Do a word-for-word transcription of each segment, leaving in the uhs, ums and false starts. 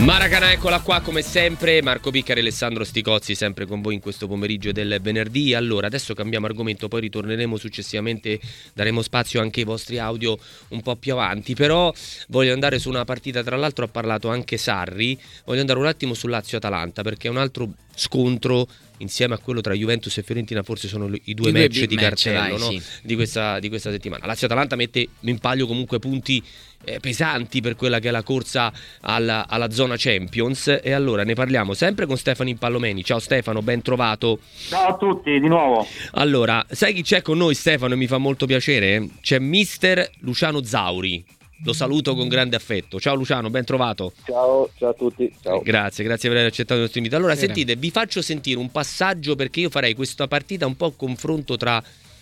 Maracana, eccola qua come sempre, Marco Piccari e Alessandro Sticozzi sempre con voi in questo pomeriggio del venerdì. Allora, adesso cambiamo argomento, poi ritorneremo successivamente, daremo spazio anche ai vostri audio un po' più avanti, però voglio andare su una partita, tra l'altro ha parlato anche Sarri, voglio andare un attimo su Lazio-Atalanta perché è un altro scontro insieme a quello tra Juventus e Fiorentina, forse sono i due, I match due di cartello match, dai, no? Sì. di, questa, di questa settimana. Lazio-Atalanta mette in palio comunque punti eh, pesanti per quella che è la corsa alla, alla zona Champions, e allora ne parliamo sempre con Stefano Impallomeni. Ciao Stefano, ben trovato. Ciao a tutti di nuovo. Allora, sai chi c'è con noi, Stefano, e mi fa molto piacere? C'è mister Luciano Zauri. Lo saluto con grande affetto. Ciao Luciano, ben trovato. Ciao, ciao a tutti. Ciao. Grazie, grazie per aver accettato il nostro invito. Allora, Sera. sentite, vi faccio sentire un passaggio perché io farei questa partita un po' confronto tra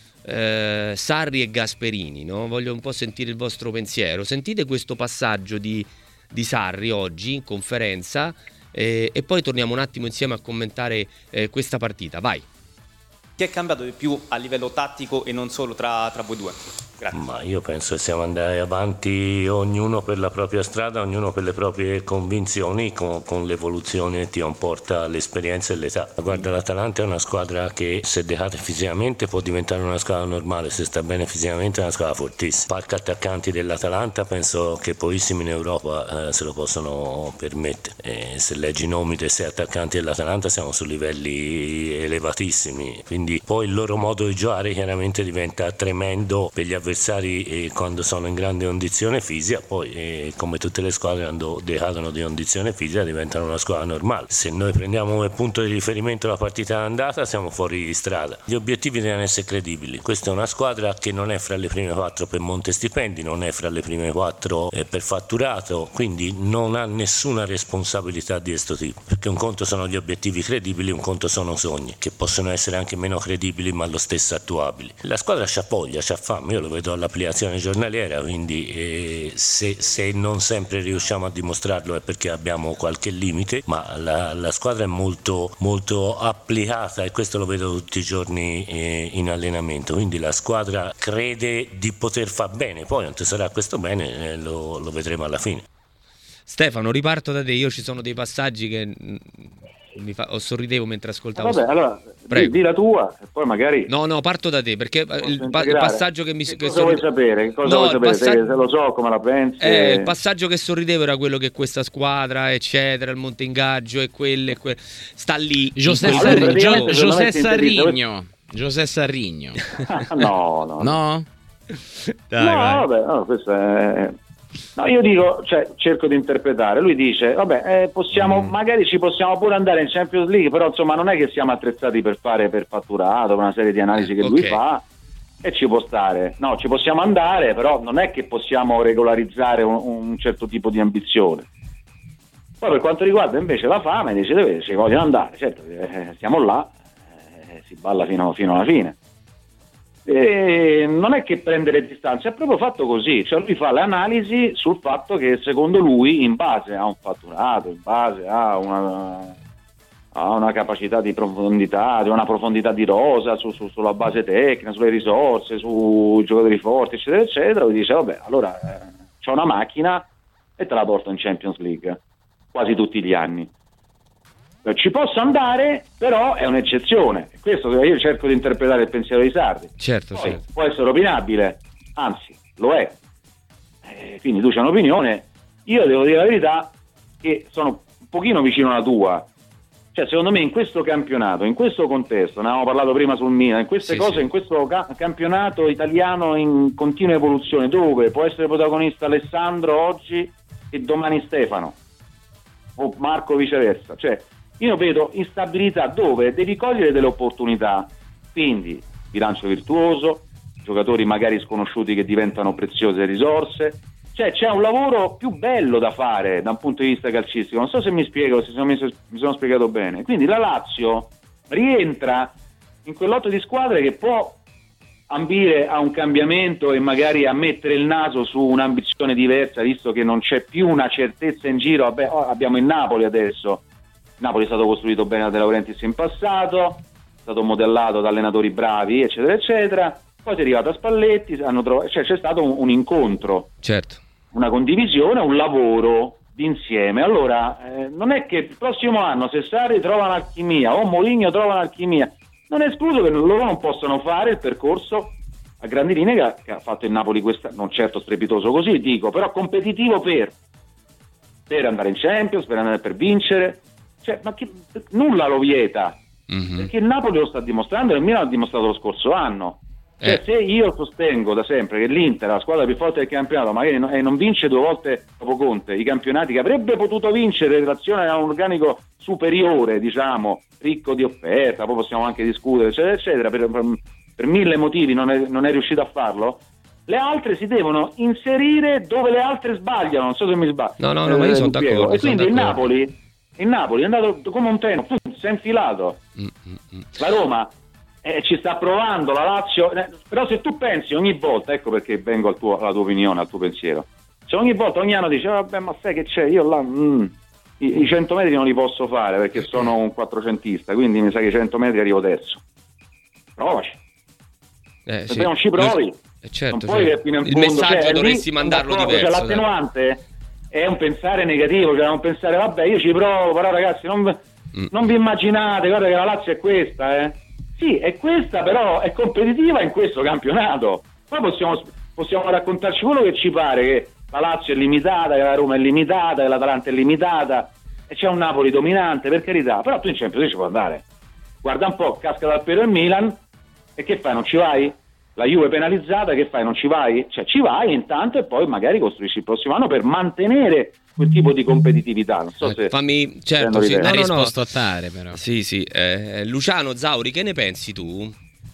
eh, Sarri e Gasperini, no? Voglio un po' sentire il vostro pensiero. Sentite questo passaggio di, di Sarri oggi in conferenza eh, e poi torniamo un attimo insieme a commentare eh, questa partita. Vai. Chi è cambiato di più a livello tattico e non solo tra, tra voi due? Grazie. Ma io penso che siamo andati avanti ognuno per la propria strada, ognuno per le proprie convinzioni, con, con l'evoluzione che ti comporta l'esperienza e l'età. Guarda, l'Atalanta è una squadra che se decade fisicamente può diventare una squadra normale, se sta bene fisicamente è una squadra fortissima. Parchi attaccanti dell'Atalanta penso che pochissimi in Europa eh, se lo possono permettere. E se leggi i nomi dei sei attaccanti dell'Atalanta siamo su livelli elevatissimi, quindi poi il loro modo di giocare chiaramente diventa tremendo per gli avversari e quando sono in grande condizione fisica, poi eh, come tutte le squadre quando decadono di condizione fisica diventano una squadra normale. Se noi prendiamo come punto di riferimento la partita andata siamo fuori di strada. Gli obiettivi devono essere credibili. Questa è una squadra che non è fra le prime quattro per monte stipendi, non è fra le prime quattro eh, per fatturato, quindi non ha nessuna responsabilità di questo tipo, perché un conto sono gli obiettivi credibili, un conto sono sogni che possono essere anche meno credibili ma allo stesso attuabili. La squadra c'ha voglia, c'ha fame, io lo vedo all'applicazione giornaliera, quindi eh, se, se non sempre riusciamo a dimostrarlo è perché abbiamo qualche limite, ma la, la squadra è molto, molto applicata e questo lo vedo tutti i giorni eh, in allenamento, quindi la squadra crede di poter far bene, poi quanto sarà questo bene eh, lo, lo vedremo alla fine. Stefano, riparto da te, io ci sono dei passaggi che mi fa, o sorridevo mentre ascoltavo. Vabbè, allora di, di la tua e poi magari no no parto da te perché il, pa- il passaggio che mi che che cosa sorri... vuoi sapere che cosa no, vuoi sapere passag... se, se lo so come la pensi eh, e... il passaggio che sorridevo era quello che questa squadra eccetera, il monte ingaggio e quelle que... sta lì José Sarri... Gio- José Sarrigno José Sarrigno no no no dai, no vai. vabbè no, questo è no, io dico, cioè, cerco di interpretare. Lui dice, vabbè, eh, possiamo, mm. magari ci possiamo pure andare in Champions League, però insomma non è che siamo attrezzati per fare per fatturato, una serie di analisi che okay. lui fa, e ci può stare. No, ci possiamo andare, però non è che possiamo regolarizzare un, un certo tipo di ambizione. Poi per quanto riguarda invece la fame, dice, dove ci vogliono andare, certo, eh, stiamo là, eh, si balla fino, fino alla fine. E non è che prendere distanza, è proprio fatto così, cioè lui fa le analisi sul fatto che secondo lui in base a un fatturato, in base a una, a una capacità di profondità, di una profondità di rosa su, su, sulla base tecnica, sulle risorse, sui giocatori forti eccetera eccetera, lui dice vabbè allora eh, c'ho una macchina e te la porto in Champions League quasi tutti gli anni. Ci posso andare, però è un'eccezione. Questo io cerco di interpretare il pensiero di Sarri. Certo, Poi, certo. Può essere opinabile, anzi lo è. Eh, quindi tu c'hai un'opinione. Io devo dire la verità che sono un pochino vicino alla tua. Cioè, secondo me in questo campionato, in questo contesto, ne avevamo parlato prima sul Milan, in queste sì, cose, sì. in questo ca- campionato italiano in continua evoluzione, dove può essere protagonista Alessandro oggi e domani Stefano, o Marco viceversa. Cioè, io vedo instabilità dove devi cogliere delle opportunità, quindi bilancio virtuoso, giocatori magari sconosciuti che diventano preziose risorse, cioè c'è un lavoro più bello da fare da un punto di vista calcistico, non so se mi spiego, se sono messo, mi sono spiegato bene. Quindi la Lazio rientra in quell'otto di squadre che può ambire a un cambiamento e magari a mettere il naso su un'ambizione diversa, visto che non c'è più una certezza in giro. Vabbè, abbiamo il Napoli adesso. Napoli è stato costruito bene da De Laurentiis in passato, è stato modellato da allenatori bravi, eccetera, eccetera. Poi si è arrivato a Spalletti, hanno trovato, cioè c'è stato un, un incontro, certo, una condivisione, un lavoro d'insieme, allora eh, non è che il prossimo anno se Sarri trova un'alchimia o Mourinho trova un'alchimia, non è escluso che loro non possano fare il percorso a grandi linee che, che ha fatto il Napoli questa, non certo strepitoso così dico, però competitivo per per andare in Champions, per andare per vincere, cioè, ma che, nulla lo vieta, mm-hmm. perché il Napoli lo sta dimostrando e il Milan l'ha dimostrato lo scorso anno. Cioè, eh. se io sostengo da sempre che l'Inter è la squadra più forte del campionato, magari non, e non vince due volte dopo Conte i campionati che avrebbe potuto vincere in relazione a un organico superiore, diciamo, ricco di offerta, poi possiamo anche discutere, eccetera, eccetera, per, per, per mille motivi non è, non è riuscito a farlo. Le altre si devono inserire dove le altre sbagliano, non so se mi sbaglio. No, no, no, eh, ma io sono d'accordo. E quindi d'accordo. il Napoli, il Napoli è andato come un treno, si è infilato. Mm-hmm. La Roma eh, ci sta provando, la Lazio, eh, però se tu pensi ogni volta, ecco perché vengo al tuo, alla tua opinione, al tuo pensiero. Se ogni volta, ogni anno dice, vabbè, ma sai che c'è, io là, mm, i, i cento metri non li posso fare perché sono un quattrocentista, quindi mi sa che i cento metri arrivo terzo. Provaci. Eh, se sì. non ci provi... Eh certo, non certo. Fino in il fondo. messaggio cioè, dovresti lì, mandarlo diverso. Cioè, l'attenuante è un pensare negativo, cioè un pensare vabbè io ci provo, però ragazzi non, mm. non vi immaginate, guarda che la Lazio è questa, eh. Sì, è questa, però è competitiva in questo campionato. Poi possiamo, possiamo raccontarci quello che ci pare, che la Lazio è limitata, che la Roma è limitata, che l'Atalanta è limitata e c'è un Napoli dominante, per carità, però tu in Champions ci puoi andare. Guarda un po', casca dal pero il Milan e che fai, non ci vai? La Juve penalizzata, che fai, non ci vai? Cioè ci vai intanto e poi magari costruisci il prossimo anno per mantenere quel tipo di competitività. Non so eh, se fammi, certo, sì, ha no, risposto no, no. a Tare però. Sì, sì. Eh, Luciano Zauri, che ne pensi tu?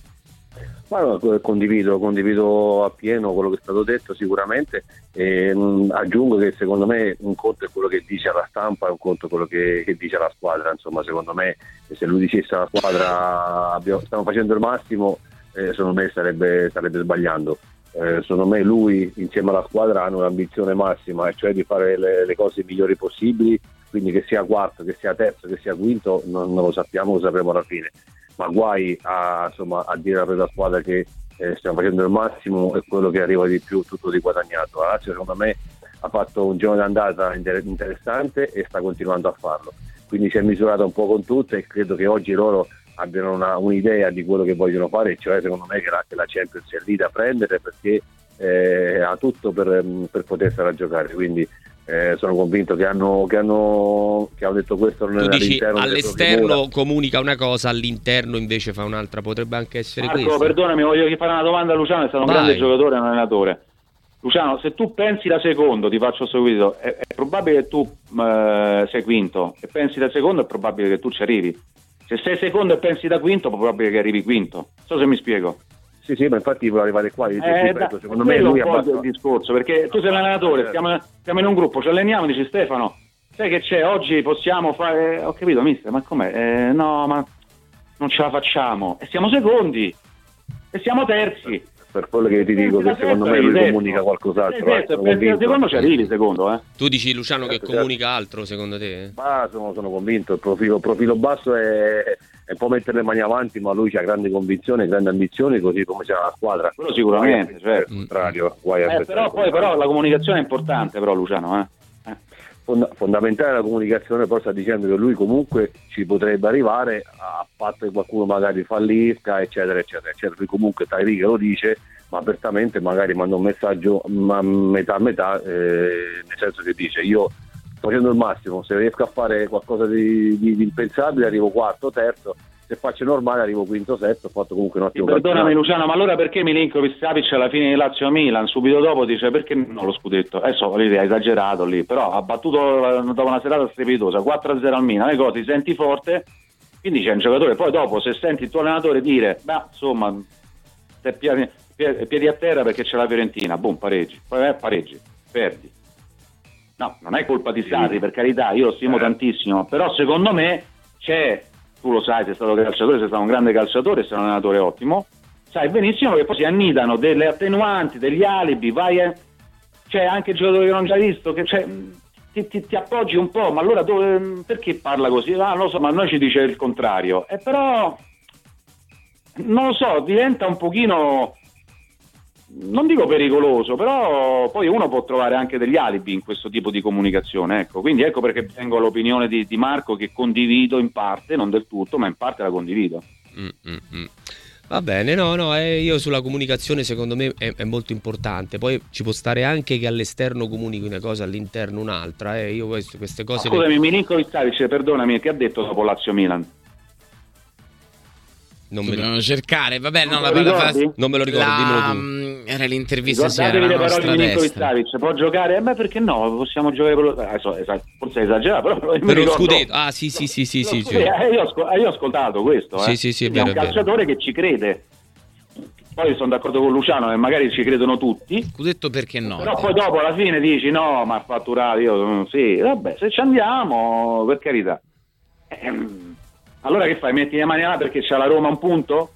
Ma no, condivido, condivido appieno quello che è stato detto sicuramente e mh, aggiungo che secondo me un conto è quello che dice la stampa e un conto è quello che, che dice la squadra. Insomma, secondo me se lui dicesse alla squadra abbiamo, stiamo facendo il massimo, Eh, secondo me starebbe, starebbe sbagliando. Eh, secondo me lui insieme alla squadra hanno un'ambizione massima, e cioè di fare le, le cose migliori possibili, quindi che sia quarto, che sia terzo, che sia quinto non, non lo sappiamo, lo sapremo alla fine, ma guai a, insomma, a dire alla squadra che eh, stiamo facendo il massimo e quello che arriva di più tutto di guadagnato. La Lazio secondo me ha fatto un giorno d'andata inter- interessante e sta continuando a farlo, quindi si è misurata un po' con tutte e credo che oggi loro abbiano una, un'idea di quello che vogliono fare, cioè secondo me che la, che la Champions è lì da prendere perché eh, ha tutto per, per potersela a giocare, quindi eh, sono convinto che hanno, che hanno che hanno detto questo non tu è dici all'interno all'esterno comunica una cosa, all'interno invece fa un'altra, potrebbe anche essere Marco, questo. perdonami, voglio fare una domanda a Luciano, è stato un Vai. grande giocatore e un allenatore. Luciano, se tu pensi da secondo, ti faccio subito, è, è probabile che tu eh, sei quinto e pensi da secondo, è probabile che tu ci arrivi. Se sei secondo e pensi da quinto, è probabile che arrivi quinto. Non so se mi spiego. Sì, sì, ma infatti volevo arrivare qua. Eh, ripeto, da, secondo me lui è un po' abbastanza... il discorso, perché tu sei l'allenatore, stiamo, stiamo in un gruppo, ci alleniamo, dici Stefano, sai che c'è, oggi possiamo fare... Ho capito, mister, ma com'è? Eh, no, ma non ce la facciamo. E siamo secondi, e siamo terzi. Per quello che ti dico, che secondo me lui comunica qualcos'altro. Eh, certo, eh, secondo ci arrivi, secondo. Eh. Tu dici, Luciano, certo, che comunica certo. altro, secondo te? Ma sono, sono convinto, il profilo, profilo basso è, è un po' mettere le mani avanti, ma lui ha grande convinzione, grandi ambizioni, così come c'è la squadra. Quello sicuramente, certo. Al contrario, guai eh, però poi però la comunicazione è importante, però Luciano, eh. Fondamentale la comunicazione, poi sta dicendo che lui comunque ci potrebbe arrivare a patto che qualcuno magari fallisca, eccetera, eccetera, eccetera. Lui comunque tra i righe lo dice, ma apertamente magari manda un messaggio a metà a metà, eh, nel senso che dice io sto facendo il massimo, se riesco a fare qualcosa di, di, di impensabile arrivo quarto, terzo, se faccio normale arrivo quinto, sesto, ho fatto comunque un ottimo Perdonami campionato. Luciano, ma allora perché Milinkovic-Savic alla fine di Lazio-Milan, subito dopo dice perché non lo scudetto? Adesso lì ha esagerato lì, però ha battuto dopo una serata strepitosa, quattro a zero al Milan, le cose, ti senti forte, quindi c'è un giocatore, poi dopo se senti il tuo allenatore dire, beh insomma, se piedi, piedi a terra perché c'è la Fiorentina, boom, pareggi, poi eh, pareggi, perdi. No, non è colpa di Sarri, per carità, io lo stimo eh. tantissimo, però secondo me c'è... Tu lo sai, sei stato calciatore, sei stato un grande calciatore, sei un allenatore ottimo, sai benissimo che poi si annidano delle attenuanti, degli alibi, vai a... c'è anche il giocatore che non già visto, che cioè, ti, ti, ti appoggi un po', ma allora dove, perché parla così? Ah, non lo so, ma noi ci dice il contrario, e però non lo so, diventa un pochino non dico pericoloso, però poi uno può trovare anche degli alibi in questo tipo di comunicazione, ecco. Quindi ecco perché vengo all'opinione di, di Marco, che condivido in parte, non del tutto, ma in parte la condivido. Mm, mm, mm. Va bene, no, no, eh, io sulla comunicazione secondo me è, è molto importante. Poi ci può stare anche che all'esterno comunichi una cosa, all'interno un'altra. Eh. Io questo, queste cose. No, scusami, le... Milinkovic-Savic, perdonami, che ha detto dopo Lazio-Milan? Non me lo cercare, vabbè, non, no, la, la, la, non me lo ricordo, la, dimmelo tu. Era l'intervista, sì, Ricordatevi era le la parole di destra. Milinkovic-Savic, può giocare? Eh beh, perché no? Possiamo giocare per lo... eh, forse è esagerato, però per lo scudetto. Ah, sì, sì, sì, sì, sì, cioè. eh, io, ho, io ho ascoltato questo, sì, eh. sì, sì, è, vero, è un calciatore che ci crede. Poi sono d'accordo con Luciano che magari ci credono tutti. Scudetto perché no? Però poi dopo alla fine dici no, ma ha fatturato io, sì, vabbè, se ci andiamo, per carità. Ehm, allora che fai? Metti le mani là perché c'ha la Roma un punto?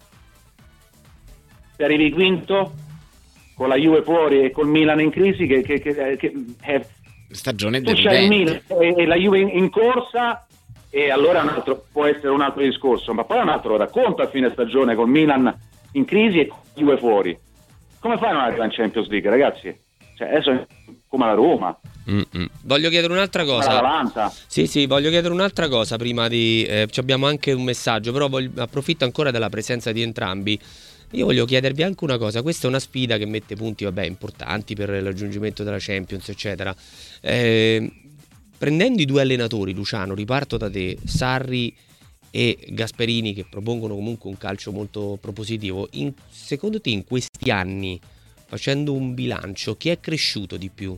Se arrivi quinto con la Juve fuori e col Milan in crisi, che, che, che, che eh, stagione tu c'hai il Milan e, e la Juve in, in corsa, e allora un altro, può essere un altro discorso, ma poi un altro racconto a fine stagione col Milan in crisi e con la Juve fuori. Come fai a non arrivare in Champions League, ragazzi? Cioè, adesso è come la Roma. Mm-mm. Voglio chiedere un'altra cosa. L'Atalanta. Sì, sì, voglio chiedere un'altra cosa prima di... Eh, abbiamo anche un messaggio, però voglio, approfitto ancora della presenza di entrambi. Io voglio chiedervi anche una cosa. Questa è una sfida che mette punti, vabbè, importanti per il raggiungimento della Champions, eccetera. Eh, prendendo i due allenatori, Luciano, riparto da te, Sarri e Gasperini, che propongono comunque un calcio molto propositivo, in, secondo te in questi anni, facendo un bilancio, chi è cresciuto di più?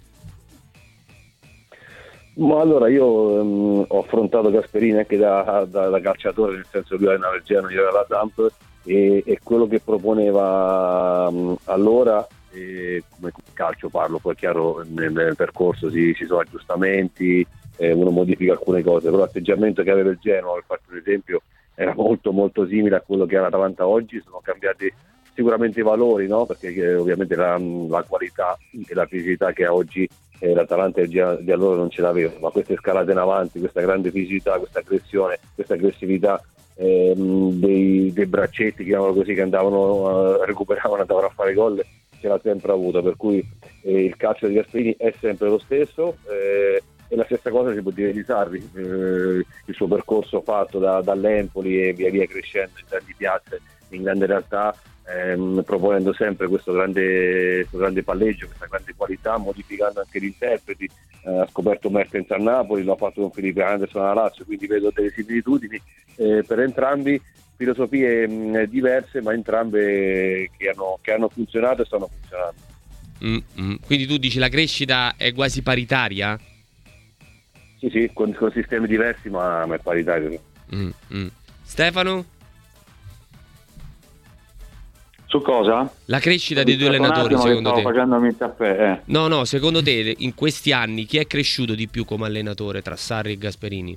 Ma allora io um, ho affrontato Gasperini anche da, da, da calciatore, nel senso che lui allenava il Genoa, io ero la Samp, e, e quello che proponeva um, allora, e come calcio parlo, poi è chiaro nel, nel percorso sì, ci sono aggiustamenti, eh, uno modifica alcune cose, però l'atteggiamento che aveva il Genoa, per farti un esempio, era molto molto simile a quello che ha l'Atalanta oggi. Sono cambiati sicuramente i valori, no? Perché eh, ovviamente la, la qualità e la fisicità che ha oggi eh, l'Atalanta e il Genoa di allora non ce l'aveva, ma queste scalate in avanti, questa grande fisicità, questa aggressione, questa aggressività ehm, dei, dei braccetti, chiamavano così, che andavano a recuperavano, andavano a fare gol, ce l'ha sempre avuto, per cui eh, il calcio di Gasperini è sempre lo stesso, eh, e la stessa cosa si può dire di Sarri, eh, il suo percorso fatto da, dall'Empoli e via via crescendo in grandi piazze, in grande realtà, ehm, proponendo sempre questo grande, questo grande palleggio, questa grande qualità, modificando anche gli interpreti. Eh, ha scoperto Mertens a Napoli, lo ha fatto con Felipe Anderson alla Lazio, quindi vedo delle similitudini eh, per entrambi, filosofie mh, diverse, ma entrambe che hanno, che hanno funzionato e stanno funzionando. Mm-hmm. Quindi tu dici la crescita è quasi paritaria? Sì, sì, con, con sistemi diversi, ma, ma è paritario. Mm-hmm. Stefano? Su cosa? La crescita dei due allenatori, secondo te? Facendomi il caffè, eh. No, no, secondo te in questi anni chi è cresciuto di più come allenatore tra Sarri e Gasperini?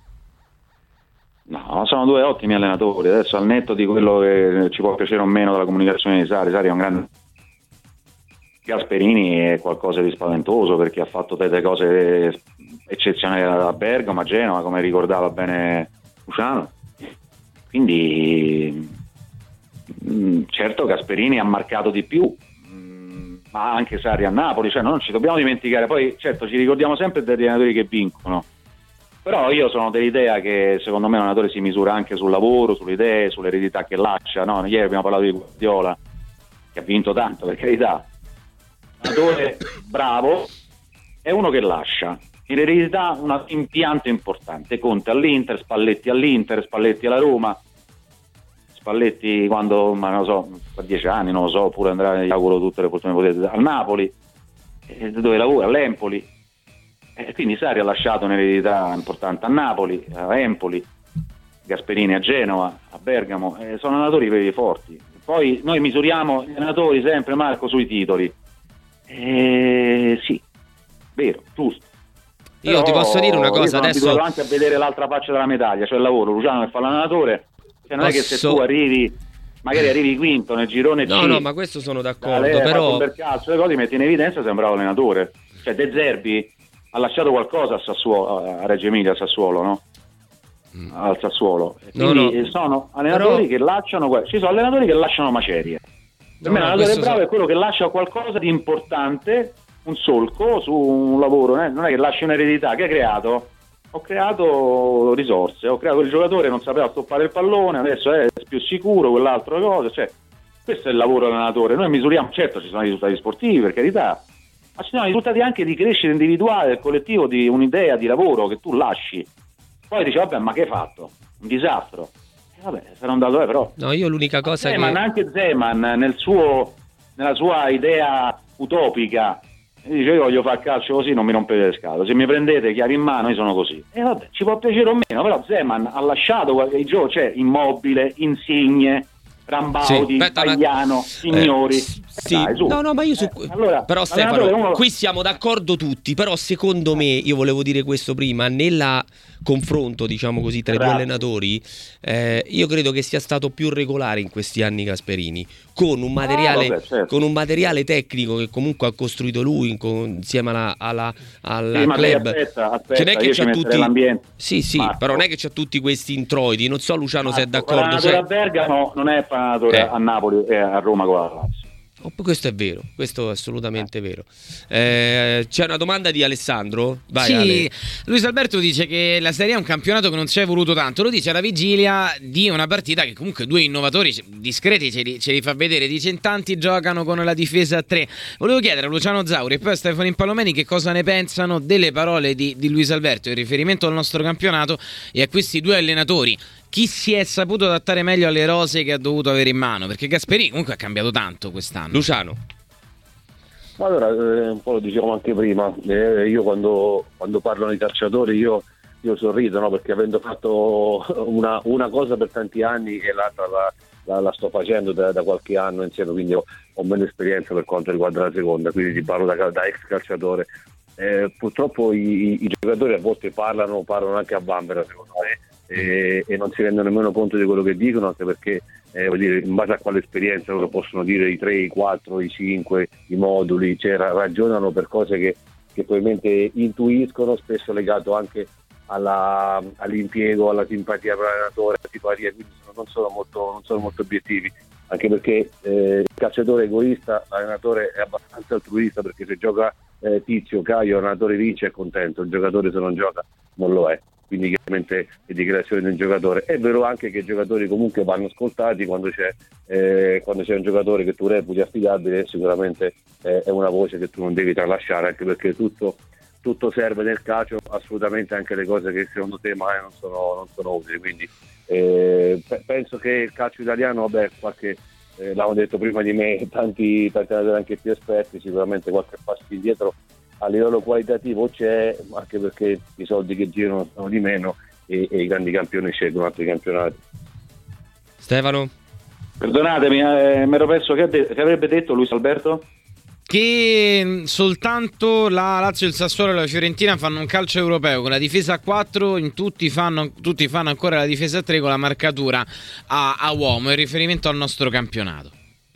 No, sono due ottimi allenatori. Adesso, al netto di quello che ci può piacere o meno della comunicazione di Sarri, Sarri è un grande... Gasperini è qualcosa di spaventoso, perché ha fatto delle cose eccezionali a Bergamo, a Genova, come ricordava bene Luciano. Quindi mh, certo Gasperini ha marcato di più, mh, ma anche Sarri a Napoli, cioè non ci dobbiamo dimenticare. Poi certo ci ricordiamo sempre degli allenatori che vincono, però io sono dell'idea che secondo me un allenatore si misura anche sul lavoro, sulle idee, sull'eredità che lascia, no? Ieri abbiamo parlato di Guardiola, che ha vinto tanto, per carità. Un allenatore bravo è uno che lascia in eredità un impianto importante. Conte all'Inter, Spalletti all'Inter, Spalletti alla Roma, Spalletti quando, ma non lo so, fa dieci anni, non lo so, pure andrà, gli auguro tutte le fortune potete, al Napoli, eh, dove lavora, all'Empoli, eh, quindi Sarri ha lasciato un'eredità importante a Napoli, a Empoli, Gasperini a Genova, a Bergamo, eh, sono allenatori veri forti. Poi noi misuriamo gli allenatori sempre, Marco, sui titoli. Eh, sì, vero, giusto. Io Però ti posso dire una cosa, io sono adesso abituato anche a vedere l'altra faccia della medaglia, cioè il lavoro. Luciano che fa l'allenatore, cioè non posso... è che se tu arrivi, magari arrivi quinto nel girone no, C, no, ma questo sono d'accordo, lei, però per calcio le cose metti in evidenza, sei un bravo allenatore. Cioè De Zerbi ha lasciato qualcosa a Sassuolo, a Reggio Emilia, a Sassuolo, no? Mm. Al Sassuolo. No, quindi no. sono allenatori però... che lasciano, ci sono allenatori che lasciano macerie. Per me No, l'allenatore questo bravo so- è quello che lascia qualcosa di importante, un solco su un lavoro, eh? Non è che lasci un'eredità. Che hai creato? Ho creato risorse, ho creato il giocatore, non sapeva stoppare il pallone, adesso è più sicuro, quell'altra cosa, cioè questo è il lavoro dell'allenatore. Noi misuriamo, certo ci sono i risultati sportivi, per carità, ma ci sono i risultati anche di crescita individuale del collettivo, di un'idea di lavoro che tu lasci. Poi dici, vabbè, ma che hai fatto? Un disastro. E vabbè, sarà un dato, eh, però. No, io l'unica cosa Zeman, che... anche Zeman, nel suo, nella sua idea utopica, dice io voglio fare calcio così, non mi rompete le scatole, se mi prendete chiavi in mano io sono così. E vabbè, ci può piacere o meno, però Zeman ha lasciato qualche gioco, cioè Immobile, Insigne, Rambaudi, Sì, aspetta, ma- Pagliano, Signori. Eh, s- sì. Dai, su. No, no, ma io su... Eh, allora, però l'allenatore Stefano, uno- qui siamo d'accordo tutti, però secondo me, io volevo dire questo prima, nella confronto, diciamo così, tra i due Grazie. allenatori, eh, io credo che sia stato più regolare in questi anni Gasperini, con un materiale, vabbè, certo. con un materiale tecnico che comunque ha costruito lui in- con- insieme alla, alla, alla Sì, ma lei club. aspetta, aspetta, Che non è che io ci c'ha metterei tutti... l'ambiente. Sì, sì, Marco. però non è che c'ha tutti questi introiti. Non so, Luciano, se è Marco, d'accordo. l'allenatore Cioè... a Bergamo non è allenatore Eh. a Napoli e a Roma con la Lazio. Oh, questo è vero, questo è assolutamente vero. Eh, c'è una domanda di Alessandro? Vai, sì, Ale. Luis Alberto dice che la Serie A è un campionato che non si è voluto tanto. Lo dice alla vigilia di una partita che comunque due innovatori discreti ce li, ce li fa vedere. Dice in tanti giocano con la difesa a tre. Volevo chiedere a Luciano Zauri e poi a Stefano Impallomeni che cosa ne pensano delle parole di, di Luis Alberto in riferimento al nostro campionato e a questi due allenatori. Chi si è saputo adattare meglio alle rose che ha dovuto avere in mano? Perché Gasperini comunque ha cambiato tanto quest'anno. Luciano. Ma allora, eh, un po' lo dicevamo anche prima, eh, io quando, quando parlano di calciatori io, io sorrido, no? Perché avendo fatto una, una cosa per tanti anni e l'altra la, la, la sto facendo da, da qualche anno insieme, quindi ho, ho meno esperienza per quanto riguarda la seconda, quindi ti parlo da, da ex calciatore. Eh, purtroppo i, i giocatori a volte parlano, parlano anche a vanvera secondo me. E, e non si rendono nemmeno conto di quello che dicono, anche perché eh, vuol dire, in base a quale esperienza loro possono dire i tre, i quattro, i cinque, i moduli, cioè ra- ragionano per cose che, che probabilmente intuiscono, spesso legato anche alla, all'impiego, alla simpatia per l'allenatore, alla simpatia, quindi sono, non, sono molto, non sono molto obiettivi, anche perché eh, il calciatore è egoista, l'allenatore è abbastanza altruista, perché se gioca eh, Tizio, Caio, l'allenatore vince è contento, il giocatore se non gioca non lo è. Quindi chiaramente le dichiarazioni di un giocatore. È vero anche che i giocatori comunque vanno ascoltati quando c'è, eh, quando c'è un giocatore che tu reputi affidabile, sicuramente eh, è una voce che tu non devi tralasciare, anche perché tutto, tutto serve nel calcio, assolutamente anche le cose che secondo te mai non sono, non sono utili. Quindi eh, pe- penso che il calcio italiano, vabbè, qualche, eh, l'hanno detto prima di me, tanti, tanti anche più esperti, sicuramente qualche passo indietro a livello qualitativo c'è, anche perché i soldi che girano sono di meno e, e i grandi campioni scelgono altri campionati. Stefano? Perdonatemi, eh, mi ero perso, che, de- che avrebbe detto Luis Alberto? Che soltanto la Lazio, il Sassuolo e la Fiorentina fanno un calcio europeo con la difesa a quattro, in tutti fanno, tutti fanno ancora la difesa a tre con la marcatura a, a uomo in riferimento al nostro campionato.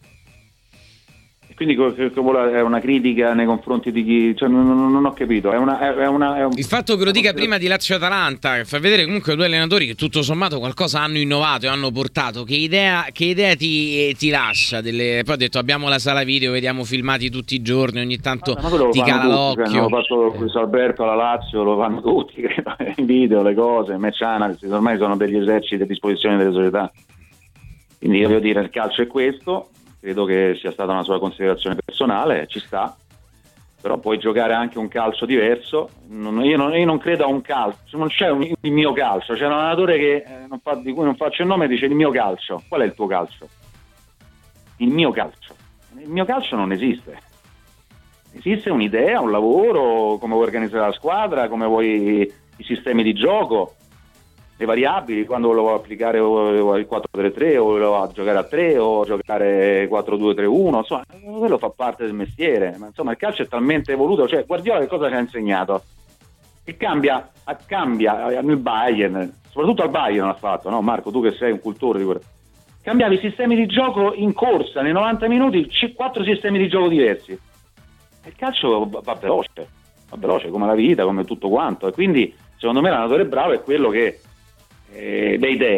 Quindi co- co- co- è una critica nei confronti di chi, cioè, non, non- non ho capito, è una, è, è una è un... Il fatto che lo dica prima di Lazio-Atalanta, che fa vedere comunque due allenatori che tutto sommato qualcosa hanno innovato e hanno portato, che idea, che idea ti, ti lascia? Delle... Poi ho detto abbiamo la sala video, vediamo filmati tutti i giorni, ogni tanto Ma quello lo ti fanno cala tutti, cioè, l'occhio. non lo faccio Luis Alberto alla Lazio, lo fanno tutti, credo, in video, le cose, match analysis, ormai sono degli eserciti a disposizione delle società. Quindi voglio dire, il calcio è questo, credo che sia stata una sua considerazione personale, ci sta, però puoi giocare anche un calcio diverso. Non, io, non, io non credo a un calcio, non c'è un, il mio calcio, c'è un allenatore che, eh, non fa, di cui non faccio il nome, e dice il mio calcio. Qual è il tuo calcio? Il mio calcio. Il mio calcio non esiste. Esiste un'idea, un lavoro, come vuoi organizzare la squadra, come vuoi i sistemi di gioco, le variabili, quando lo vuoi applicare il quattro tre tre o lo va a giocare a tre o giocare quattro due tre uno, insomma, quello fa parte del mestiere, ma insomma il calcio è talmente evoluto, cioè Guardiola che cosa ci ha insegnato? Che cambia, cambia nel Bayern, soprattutto al Bayern l'ha fatto, no? Marco, tu che sei un cultore di quello. Cambiavi i sistemi di gioco in corsa, nei novanta minuti, c- quattro sistemi di gioco diversi. E il calcio va veloce, va veloce come la vita, come tutto quanto, e quindi secondo me l'allenatore bravo è quello che Eh, le idee,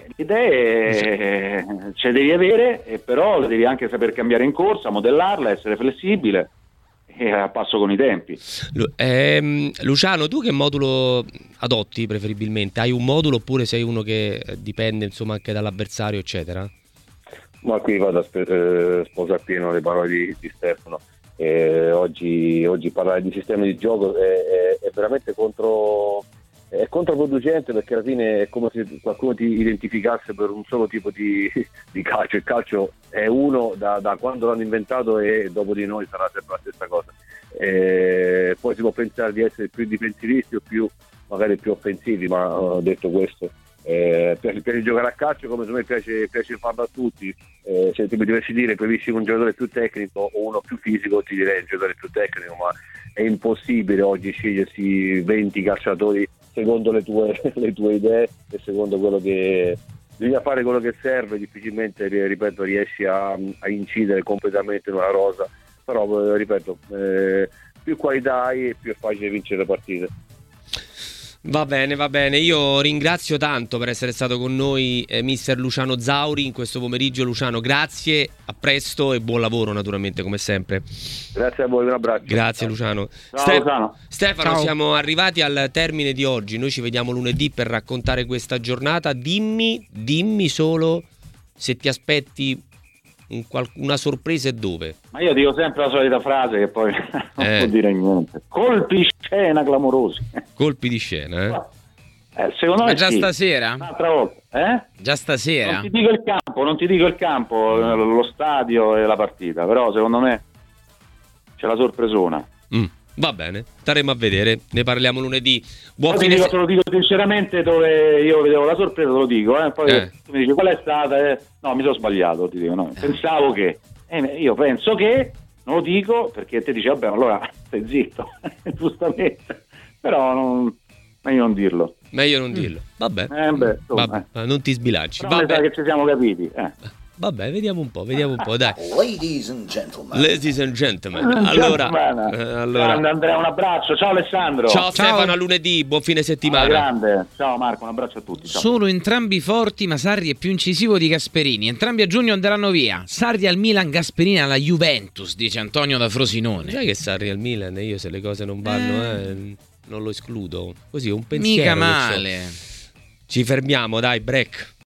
idee ce le devi avere, e però le devi anche saper cambiare in corsa, modellarla, essere flessibile e a passo con i tempi. Lu- ehm, Luciano, tu che modulo adotti preferibilmente? Hai un modulo oppure sei uno che dipende insomma anche dall'avversario eccetera? Ma qui vado a sp- eh, sposare pieno le parole di, di Stefano. Eh, oggi, oggi parlare di sistemi di gioco è, è, è veramente contro, è controproducente, perché alla fine è come se qualcuno ti identificasse per un solo tipo di, di calcio. Il calcio è uno da, da quando l'hanno inventato, e dopo di noi sarà sempre la stessa cosa. Eh, poi si può pensare di essere più difensivisti o più magari più offensivi, ma uh, detto questo, eh, piace, piace giocare a calcio come a me piace, piace farlo a tutti. Eh, se ti mi dovessi dire preferisci un giocatore più tecnico o uno più fisico, ti direi un giocatore più tecnico, ma è impossibile oggi scegliersi venti calciatori secondo le tue, le tue idee e secondo quello che bisogna fare, quello che serve. Difficilmente, ripeto, riesci a, a incidere completamente in una rosa, però ripeto, eh, più qualità hai e più è facile vincere le partite. Va bene, va bene, io ringrazio tanto per essere stato con noi eh, mister Luciano Zauri in questo pomeriggio. Luciano, grazie, a presto e buon lavoro naturalmente come sempre. Grazie a voi, un abbraccio. Grazie Luciano. Ciao, Ste- Luciano. Stefano, Ciao. siamo arrivati al termine di oggi, noi ci vediamo lunedì per raccontare questa giornata. Dimmi, dimmi solo se ti aspetti un qual- una sorpresa e dove. Ma io dico sempre la solita frase che poi non Eh. può dire niente. Colpi scena clamorosi. Colpi di scena, eh? Eh, secondo Ma me già sì. stasera? Un'altra volta, eh? Già stasera? Non ti dico il campo, non ti dico il campo, eh, lo stadio e la partita, però secondo me c'è la sorpresona. Mm, va bene, staremo a vedere, ne parliamo lunedì. Buon Poi ti fine dico, se- te lo dico sinceramente, dove io vedevo la sorpresa te lo dico, eh? Poi Eh. tu mi dici qual è stata? Eh? No, mi sono sbagliato, ti dico, no. Pensavo che, eh, io penso che, non lo dico perché te dici vabbè, allora stai zitto, giustamente, però non, meglio non dirlo. Meglio non dirlo. Vabbè. Eh, beh, insomma, Vabbè, eh. non ti sbilanci. Però mi sa Vabbè. che ci siamo capiti. Eh. Vabbè, vediamo un po', vediamo un po', dai. Ladies and gentlemen. Ladies and gentlemen. Allora, Gentleman. eh, allora. Grande Andrea, un abbraccio. Ciao Alessandro. Ciao Stefano, a lunedì, buon fine Alla settimana. grande. Ciao Marco, un abbraccio a tutti. Ciao. Sono entrambi forti, ma Sarri è più incisivo di Gasperini. Entrambi a giugno andranno via. Sarri al Milan, Gasperini alla Juventus, dice Antonio da Frosinone. Sai che Sarri al Milan, io se le cose non vanno, eh, non lo escludo. Così un pensiero. Mica che c'ho. male. Ci fermiamo, dai, break.